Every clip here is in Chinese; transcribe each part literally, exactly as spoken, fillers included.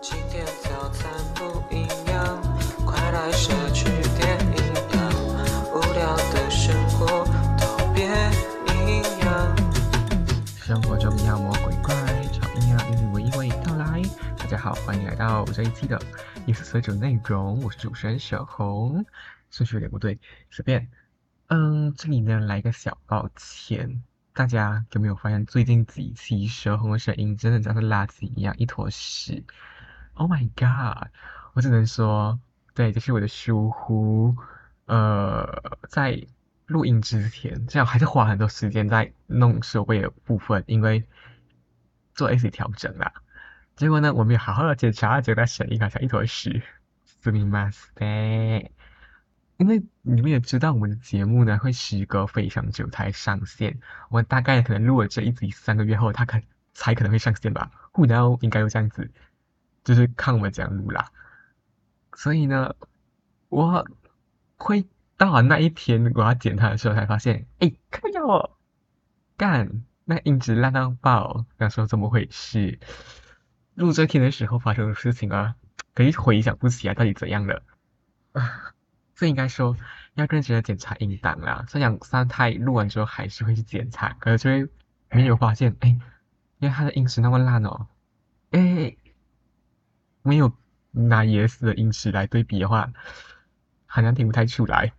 今天早餐不一样，快来摄取点营养，无聊的生活都别营养。 生活中妖魔鬼怪，炒阴阳与你娓娓道来。大家好，欢迎来到这一期的意思所种内容，我是主持人小红。顺序有点不对，随便。嗯，这里呢来个小抱歉，大家有没有发现最近几期蛇红的声音真的像是垃圾一样一坨屎？Oh my god！我只能说，对，这是我的疏忽。呃，在录音之前，这样还是花很多时间在弄设备的部分，因为做一些调整啦。结果呢，我没有好好的检查，结果它声音好像一坨屎。すみません。因为你们也知道，我们的节目呢会时隔非常久才上线。我们大概可能录了这一集三个月后，它可才可能会上线吧。Who know？应该有这样子，就是看我们怎样录啦。所以呢，我会到了那一天我要剪它的时候，才发现，哎，看到我干，那音质烂到爆。那时候怎么回事？录这天的时候发生的事情啊，可以回想不起来到底怎样的。啊，这应该说要认真的检查音档啦。虽然三胎录完之后还是会去检查，可是就会没有发现，哎，因为它的音质那么烂哦，哎，没有拿 E S 的音质来对比的话，好像听不太出来。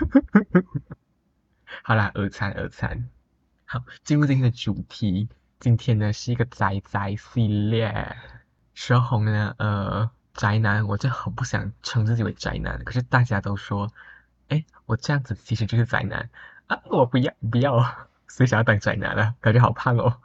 好啦，耳残耳残。好，进入今天的主题。今天呢是一个宅宅系列。蛇红呢，呃，宅男，我真的很不想称自己为宅男，可是大家都说，哎，我这样子其实就是宅男啊！我不要不要，谁想要当宅男了？感觉好胖哦。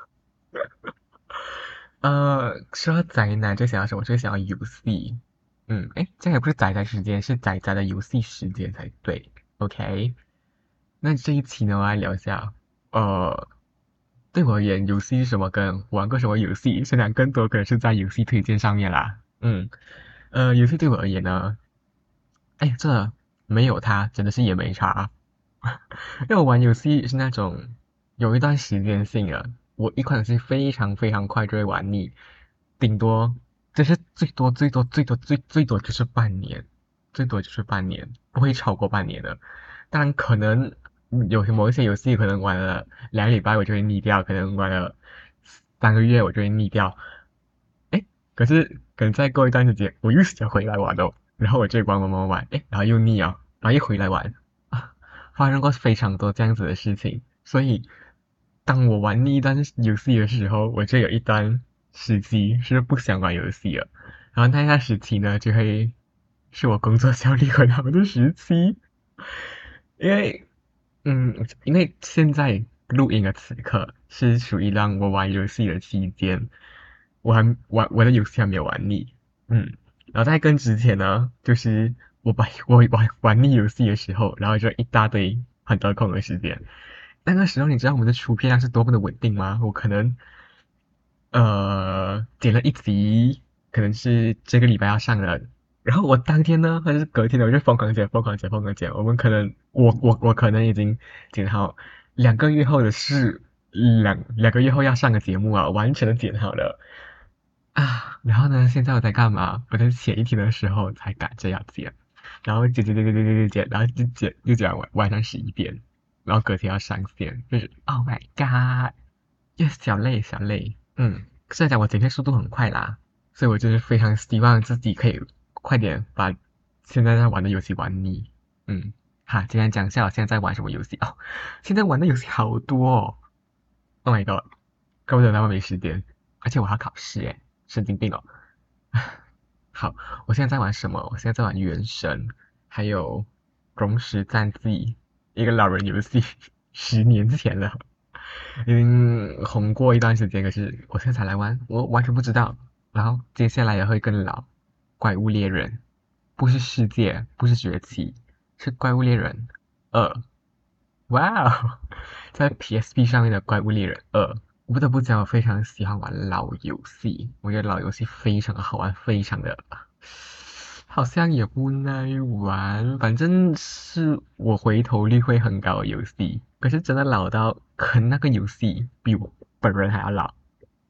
呃，说到宅男，最想要什么？最想要游戏。嗯，哎，这也不是宅宅时间，是宅宅的游戏时间才对。OK，那这一期呢，我来聊一下，呃，对我而言，游戏是什么？跟玩过什么游戏？现在更多可能是在游戏推荐上面啦。嗯，呃，游戏对我而言呢，哎，这没有它真的是也没差。因为我玩游戏是那种有一段时间性的，我一款游戏非常非常快就会玩腻，顶多就是最多最多最多最最多就是半年，最多就是半年，不会超过半年的。当然可能嗯有些某一些游戏可能玩了两个礼拜我就会腻掉，可能玩了三个月我就会腻掉。哎，可是可能再过一段时间我又想回来玩哦，然后我就玩玩玩玩，哎，然后又腻啊，然后又回来玩。啊，发生过非常多这样子的事情，所以当我玩腻一段游戏的时候，我就有一段时期是不想玩游戏了，然后那段时期呢，就会是我工作效率很好的时期，因为嗯，因为现在录音的此刻是属于让我玩游戏的期间，我还玩我的游戏还没有玩腻，嗯，然后在更之前呢，就是我把我玩玩腻游戏的时候，然后就一大堆很多空的时间。那个时候你知道我们的出片量是多么的稳定吗？我可能呃剪了一集，可能是这个礼拜要上的，然后我当天呢，或者是隔天呢，我就疯狂剪、疯狂剪、疯狂剪。我们可能我我我可能已经剪好两个月后的事，两两个月后要上的节目啊，完全的剪好了。啊，然后呢，现在我在干嘛？我在前一天的时候才赶着要剪，然后剪剪剪剪剪剪剪，然后就剪就剪完晚上十一点，然后隔天要上线，就是 Oh my God，又小累小累，嗯，虽然讲我剪片速度很快啦，所以我就是非常希望自己可以快点把现在在玩的游戏玩腻，嗯，哈，今天讲一下我现在在玩什么游戏哦，现在玩的游戏好多哦，Oh my God，怪不得那么没时间，而且我还要考试诶。神经病哦。好，我现在在玩什么？我现在在玩《原神》，还有《荣食战记》，一个老人游戏，十年前了，已经红过一段时间，可是我现在才来玩，我完全不知道。然后接下来也会更老，《怪物猎人》，不是世界，不是崛起，是《怪物猎人二》。哇哦，在 P S P 上面的《怪物猎人二》，我不得不讲，我非常喜欢玩老游戏，我觉得老游戏非常的好玩，非常的，好像也不耐玩，反正是我回头率会很高的游戏。可是真的老到，可能那个游戏比我本人还要老。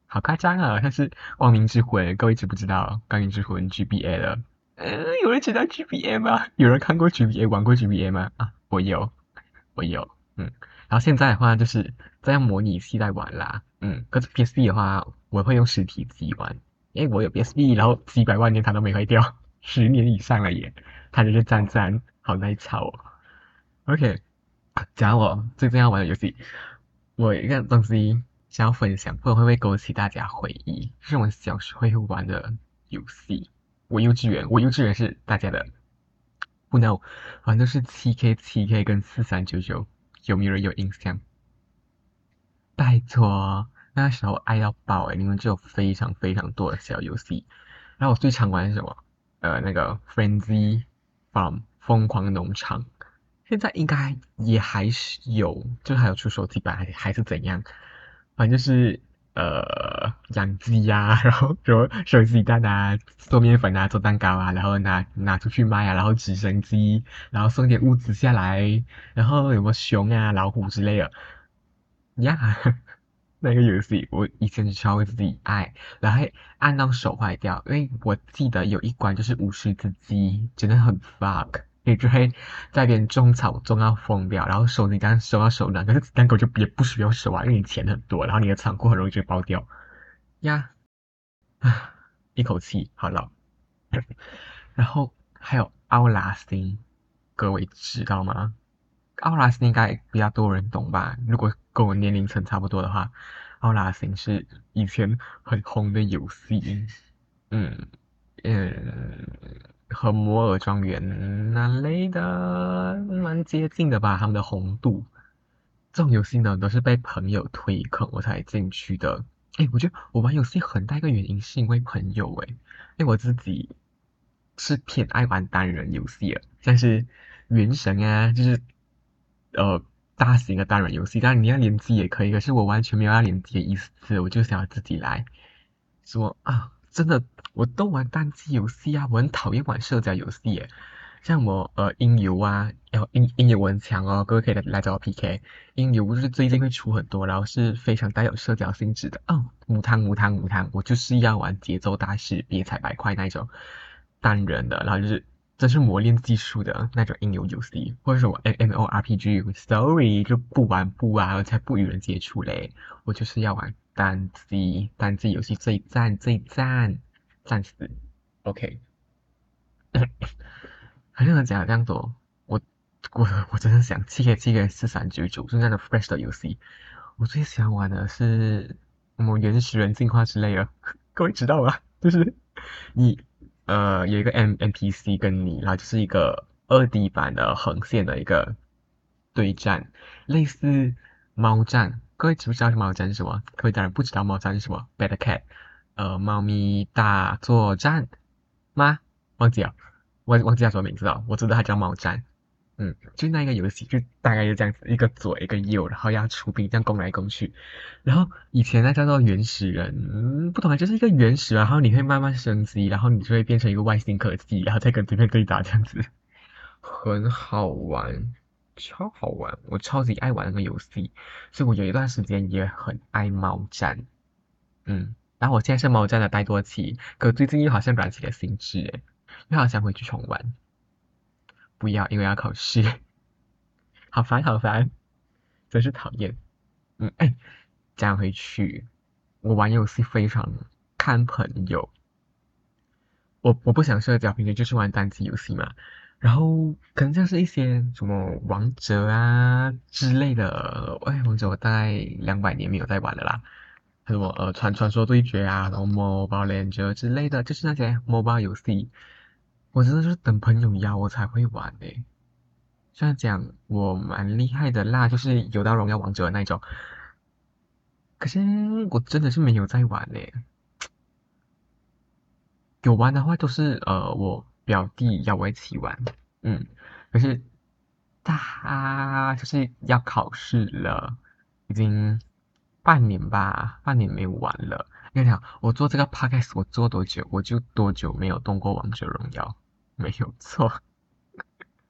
好夸张啊！像是《光明之魂》，各位知不知道《光明之魂》G B A 了？呃，有人知道 G B A 吗？有人看过 G B A，玩过 G B A 吗？啊，我有，我有，嗯。然后现在的话就是在用模拟器在玩啦，嗯。可是 P S P 的话，我会用实体机玩，因为我有 P S P，然后几百万年它都没坏掉，十年以上了耶，它就是赞赞，好耐操哦。OK，讲我最近要玩的游戏，我有一个东西想要分享，不知道会不会勾起大家回忆，是我们小时候会玩的游戏。我幼稚园，我幼稚园是大家的不 no，反正是七 K、七 K 跟四三九九，有没有人有印象？拜托，那时候爱到爆诶，你们就有非常非常多的小游戏。然后我最常玩的是什么？呃，那个 Frenzy Farm 疯狂农场，现在应该也还是有，就还有出手机版还还是怎样，反正就是呃养鸡呀、然后什么收鸡蛋啊、做面粉啊、做蛋糕啊，然后拿拿出去卖啊，然后直升机，然后送点物资下来，然后有没有熊啊、老虎之类的呀？那个游戏我以前超级爱，然后还按到手坏掉，因为我记得有一关就是五十只鸡，真的很 bug，你就会在那边种草种到疯掉，然后收鸡蛋收到手软，可是子弹狗就也不需要收啊，因为你钱很多，然后你的仓库很容易就爆掉呀，啊，一口气好了。然后还有奥拉星，各位知道吗？奥拉星应该比较多人懂吧？如果跟我年龄层差不多的话，奥拉星是以前很红的游戏，嗯嗯，和摩尔庄园那类的蛮接近的吧，他们的红度。这种游戏呢，都是被朋友推坑我才进去的。哎，我觉得我玩游戏很大一个原因是因为朋友诶，因为我自己是偏爱玩单人游戏的，像是原神啊，就是呃大型的单人游戏，当然你要联机也可以，可是我完全没有要联机的意思，我就想要自己来。说啊，真的，我都玩单机游戏啊，我很讨厌玩社交游戏耶。像我呃音游啊，然后音音游我很强哦，各位可以来来找我 P K。音游就是最近会出很多，然后是非常带有社交性质的。哦，母汤母汤母汤，我就是要玩节奏大师、别踩白块那一种单人的，然后就是真是磨练技术的那种音游游戏，或者说我 M O R P G，sorry 就不玩不啊，我才不与人接触嘞。我就是要玩单机，单机游戏最赞最赞，赞死。OK，还是能讲这样多，我我我真的想七 K 七 K 四三九九是那种 fresh 的游戏，我最喜欢玩的是什么原始人进化之类的，各位知道吗？就是你呃有一个 M NPC 跟你，然后就是一个二 D 版的横线的一个对战，类似猫战。各位知不知道是猫战是什么？各位当然不知道猫战是什么，Better Cat，呃，猫咪大作战吗？忘记了，忘忘记叫什么名字了，我知道它叫猫战。嗯，就那个游戏就大概就这样子，一个左一个右，然后要出兵这样攻来攻去。然后以前那叫做原始人，嗯，不懂啊，就是一个原始，然后你会慢慢升级，然后你就会变成一个外星科技，然后再跟对面对打这样子，很好玩，超好玩，我超级爱玩那个游戏，所以我有一段时间也很爱猫战，嗯，然后我现在是猫战的怠惰期，可最近又好像燃起了兴致，诶，又好想回去重玩，不要，因为要考试，好烦好烦，真是讨厌。嗯，哎，讲回去，我玩游戏非常看朋友，我我不想社交，平时就是玩单机游戏嘛。然后可能像是一些什么王者啊之类的，哎，王者我大概两百年没有在玩了啦。什么呃传传说对决啊，然后 Mobile Legends 之类的，就是那些 mobile 游戏，我真的是等朋友邀我才会玩诶。虽然讲我蛮厉害的啦，就是有到荣耀王者的那种，可是我真的是没有在玩诶。有玩的话都是呃我表弟邀我一起玩，嗯，可是他就是要考试了，已经半年吧，半年没玩了。跟你讲，我做这个 podcast 我做多久，我就多久没有动过王者荣耀，没有错，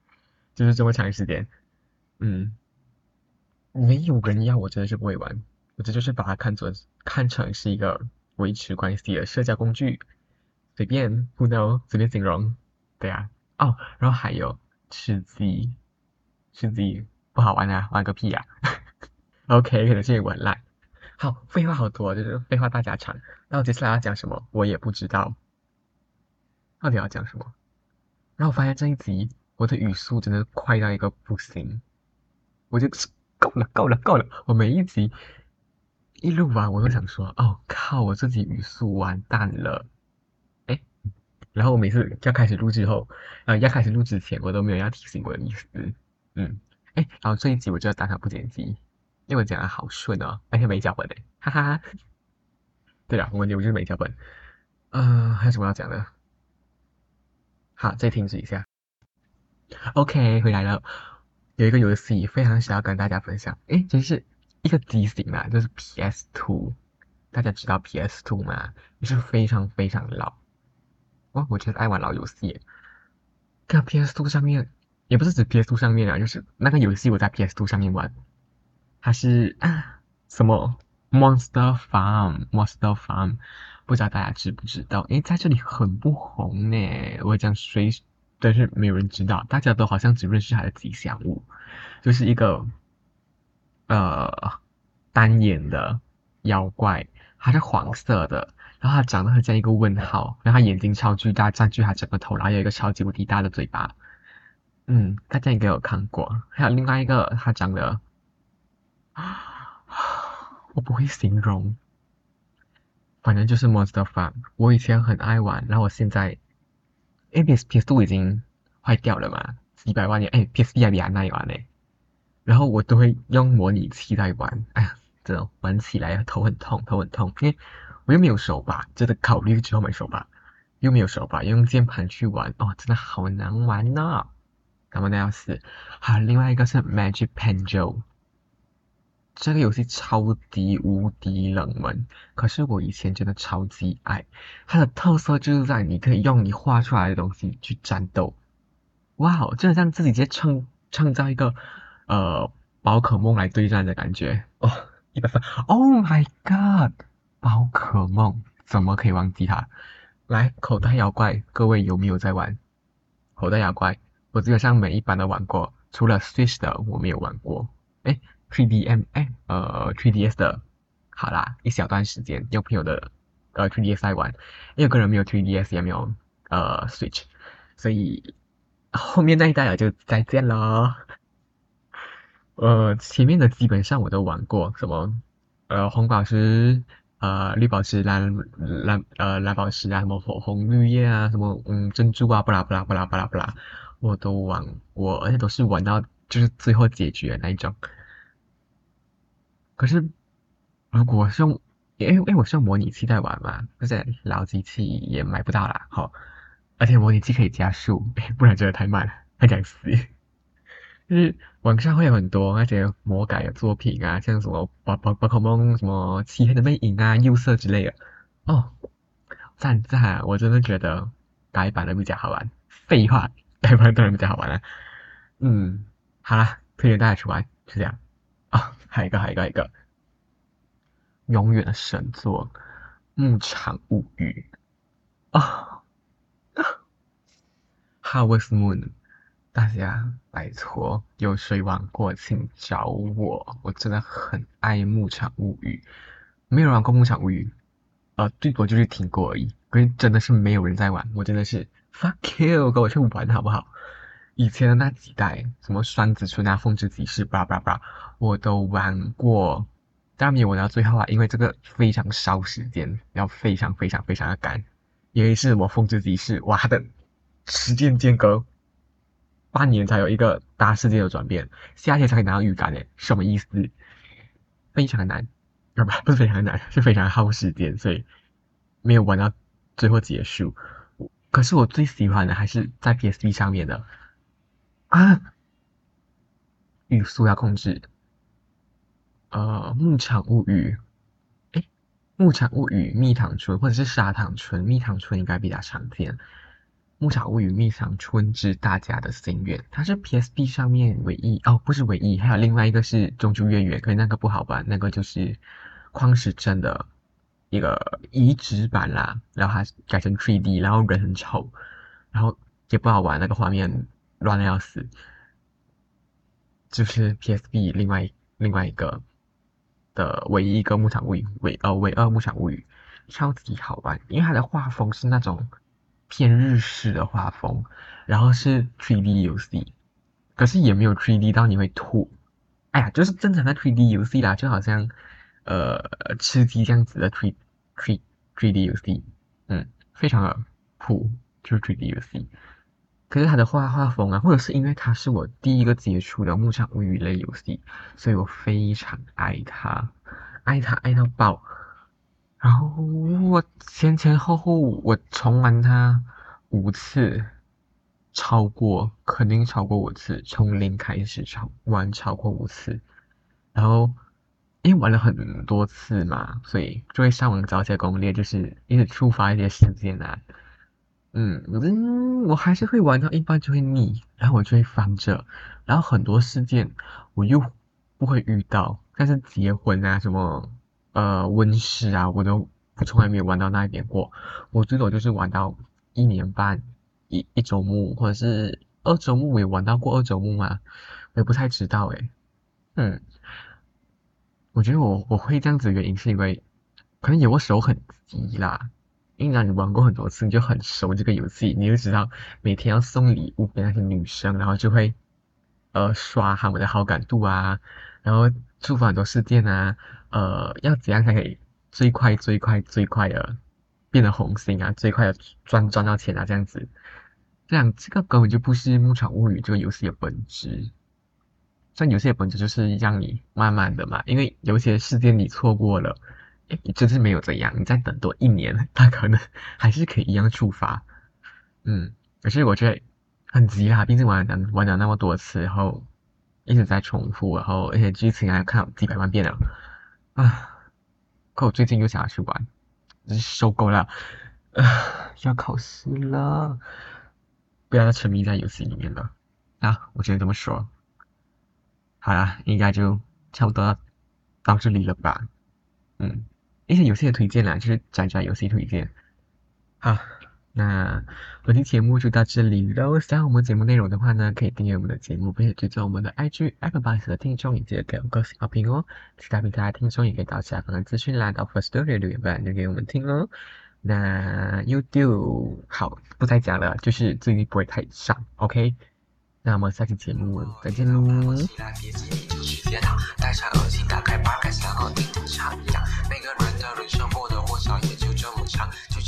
就是这么长时间。嗯，没有人要我真的是不会玩。 我这就是把它看作看成是一个维持关系的社交工具，随便 who know 随便形容，对啊，哦，然后还有吃鸡，吃鸡不好玩啊，玩个屁呀、啊、，OK 可能是因为我很烂，好，废话好多，就是废话大家长，那我接下来要讲什么我也不知道，到底要讲什么？然后我发现这一集我的语速真的快到一个不行，我就够了够了够了，我每一集一录完我都想说，哦靠，我自己语速完蛋了，哎，然后我每次要开始录之后，呃，要开始录之前，我都没有要提醒我的意思，嗯，哎，然后这一集我就要当场不剪辑，因为我讲的好顺哦，而且没脚本的，哈哈哈。对了，我我就是没脚本，呃，还有什么要讲的？好，再停止一下。OK，回来了。有一个游戏非常想要跟大家分享，诶，真是一个机型啦，就是 P S 二。大家知道 P S 二吗？也是非常非常老。哇，我觉得爱玩老游戏。看 P S 二上面，也不是指 P S 二上面啊，就是那个游戏我在 P S 二上面玩，它是啊什么 Monster Farm，Monster Farm，不知道大家知不知道？诶，在这里很不红呢，我讲谁，但是没有人知道，大家都好像只认识它的吉祥物，就是一个呃单眼的妖怪，它是黄色的，然后它长得很像一个问号，然后它眼睛超巨大，占据它整个头，然后有一个超级无敌大的嘴巴。嗯，大家应该有看过。还有另外一个，它长得我不会形容，反正就是 Monster Farm。我以前很爱玩，然后我现在，因为 P S P S 二已经坏掉了嘛，几百万年，哎，P S P 还比它耐玩呢。然后我都会用模拟器来玩，哎呀，真的玩起来头很痛，头很痛，因为我又没有手把，真的考虑之后买手把，又没有手把，用键盘去玩，哦，真的好难玩呐、难玩的要死。还有另外一个是 Magic Banjo，这个游戏超级无敌冷门，可是我以前真的超级爱。它的特色就是在你可以用你画出来的东西去战斗，哇哦，就好像自己直接创创造一个呃宝可梦来对战的感觉哦，一百分！Oh my god，宝可梦怎么可以忘记它？来，口袋妖怪，各位有没有在玩口袋妖怪？我基本上每一版都玩过，除了 Switch 的我没有玩过。哎，three D M，哎，呃，three D S 的，好啦，一小段时间用朋友的呃 three D S 来玩，因为有个人没有 three D S 也没有呃 Switch，所以后面那一代了就再见了。呃，前面的基本上我都玩过，什么呃红宝石、呃绿宝石、蓝蓝呃蓝宝石啊，什么火红绿叶啊，什么嗯珍珠啊，巴拉巴拉巴拉巴拉巴拉，我都玩过，而且都是玩到就是最后解决那一种。可是如果是用，因为因为我是用模拟器在玩嘛，而且老机器也买不到啦，好，而且模拟器可以加速，不然真的太慢了，太想死。就是网上会有很多那些魔改的作品啊，像什么宝宝宝可梦什么漆黑的魅影啊、幼色之类的。哦，赞赞啊！我真的觉得改版的比较好玩。废话，改版当然比较好玩了。嗯，好啦，推荐大家去玩，就这样。啊、还有一个，还有一个，还有一个，永远的神作《牧场物语》啊，Harvest Moon，大家拜托，有谁玩过请找我，我真的很爱《牧场物语》，没有人玩过《牧场物语》，呃，最多就是听过而已，可是真的是没有人在玩，我真的是 fuck you，跟我去玩好不好？以前的那几代，什么双子村啊、风之骑士，巴拉巴拉巴拉，我都玩过，当然没有玩到最后啊，因为这个非常烧时间，要非常非常非常的赶。因为是我风之骑士，哇，它的时间间隔半年才有一个大事件的转变，夏天才可以拿到预感诶，什么意思？非常的难，啊不不是非常的难，是非常耗时间，所以没有玩到最后结束。可是我最喜欢的还是在 P S P 上面的啊，语速要控制，呃，牧场物语，诶，牧场物语、蜜糖村或者是砂糖村，蜜糖村应该比较常见。牧场物语蜜糖村之大家的心愿，它是 P S P 上面唯一哦，不是唯一，还有另外一个是中秋月圆，可是那个不好玩，那个就是矿石镇的一个移植版啦，然后它改成 三 D， 然后人很丑，然后也不好玩，那个画面乱的要死。就是 P S B 另外另外一个的唯一一个牧场物语，唯呃唯二牧场物语，超级好玩，因为它的画风是那种偏日式的画风，然后是 三 D 游戏，可是也没有 三 D 到你会吐。哎呀，就是正常的 三 D 游戏啦，就好像呃吃鸡这样子的 3 3 3D 游戏，嗯，非常的酷，就是 三 D 游戏。可是它的画画风啊，或者是因为它是我第一个接触的牧场物语类游戏，所以我非常爱它，爱它爱到爆。然后我前前后后我重玩它五次，超过肯定超过五次，从零开始超玩超过五次。然后因为玩了很多次嘛，所以就会上网找一些攻略，就是一直触发一些事件啊。嗯嗯，我还是会玩到一半就会腻，然后我就会翻着，然后很多事件我又不会遇到，但是结婚啊什么呃温室啊，我都我从来没有玩到那一边过，我最多就是玩到一年半一一周目，或者是二周目，我有玩到过二周目吗？我也不太知道诶。嗯，我觉得我我会这样子的原因是因为，可能有的手很急啦，因为让你玩过很多次，你就很熟这个游戏，你就知道每天要送礼物给那些女生，然后就会呃刷他们的好感度啊，然后触发很多事件啊，呃要怎样才可以最快最快最快的变得红心啊，最快的赚赚到钱啊这样子，这样这个根本就不是牧场物语这个游戏的本质。像游戏的本质就是让你慢慢的嘛，因为有些事件你错过了，诶，你真是没有这样，你再等多一年，它可能还是可以一样触发。嗯，可是我觉得很急啦，毕竟玩了玩了那么多次，然后一直在重复，然后而且剧情还看了几百万遍了，啊，可我最近又想要去玩，真是受够了，啊，要考试了，不要再沉迷在游戏里面了。啊，我只能这么说。好啦，应该就差不多到这里了吧？嗯，一些游戏的推荐啦，就是宅宅游戏推荐。好，那本期节目就到这里喽。喜欢我们节目内容的话呢，可以订阅我们的节目，并且追踪我们的 I G Apple Podcast 的听众，也记得给我们个性好评哦。其他平台的听众也可以到下方的资讯栏到 First Story 留言板留给我们听哦。那 YouTube 好，不再讲了，就是最近不会太上，OK？那我们下期节目再见喽。戴上耳机，打开 Podcast，然后听听唱一样。每个人的人生或多或少也就这么长。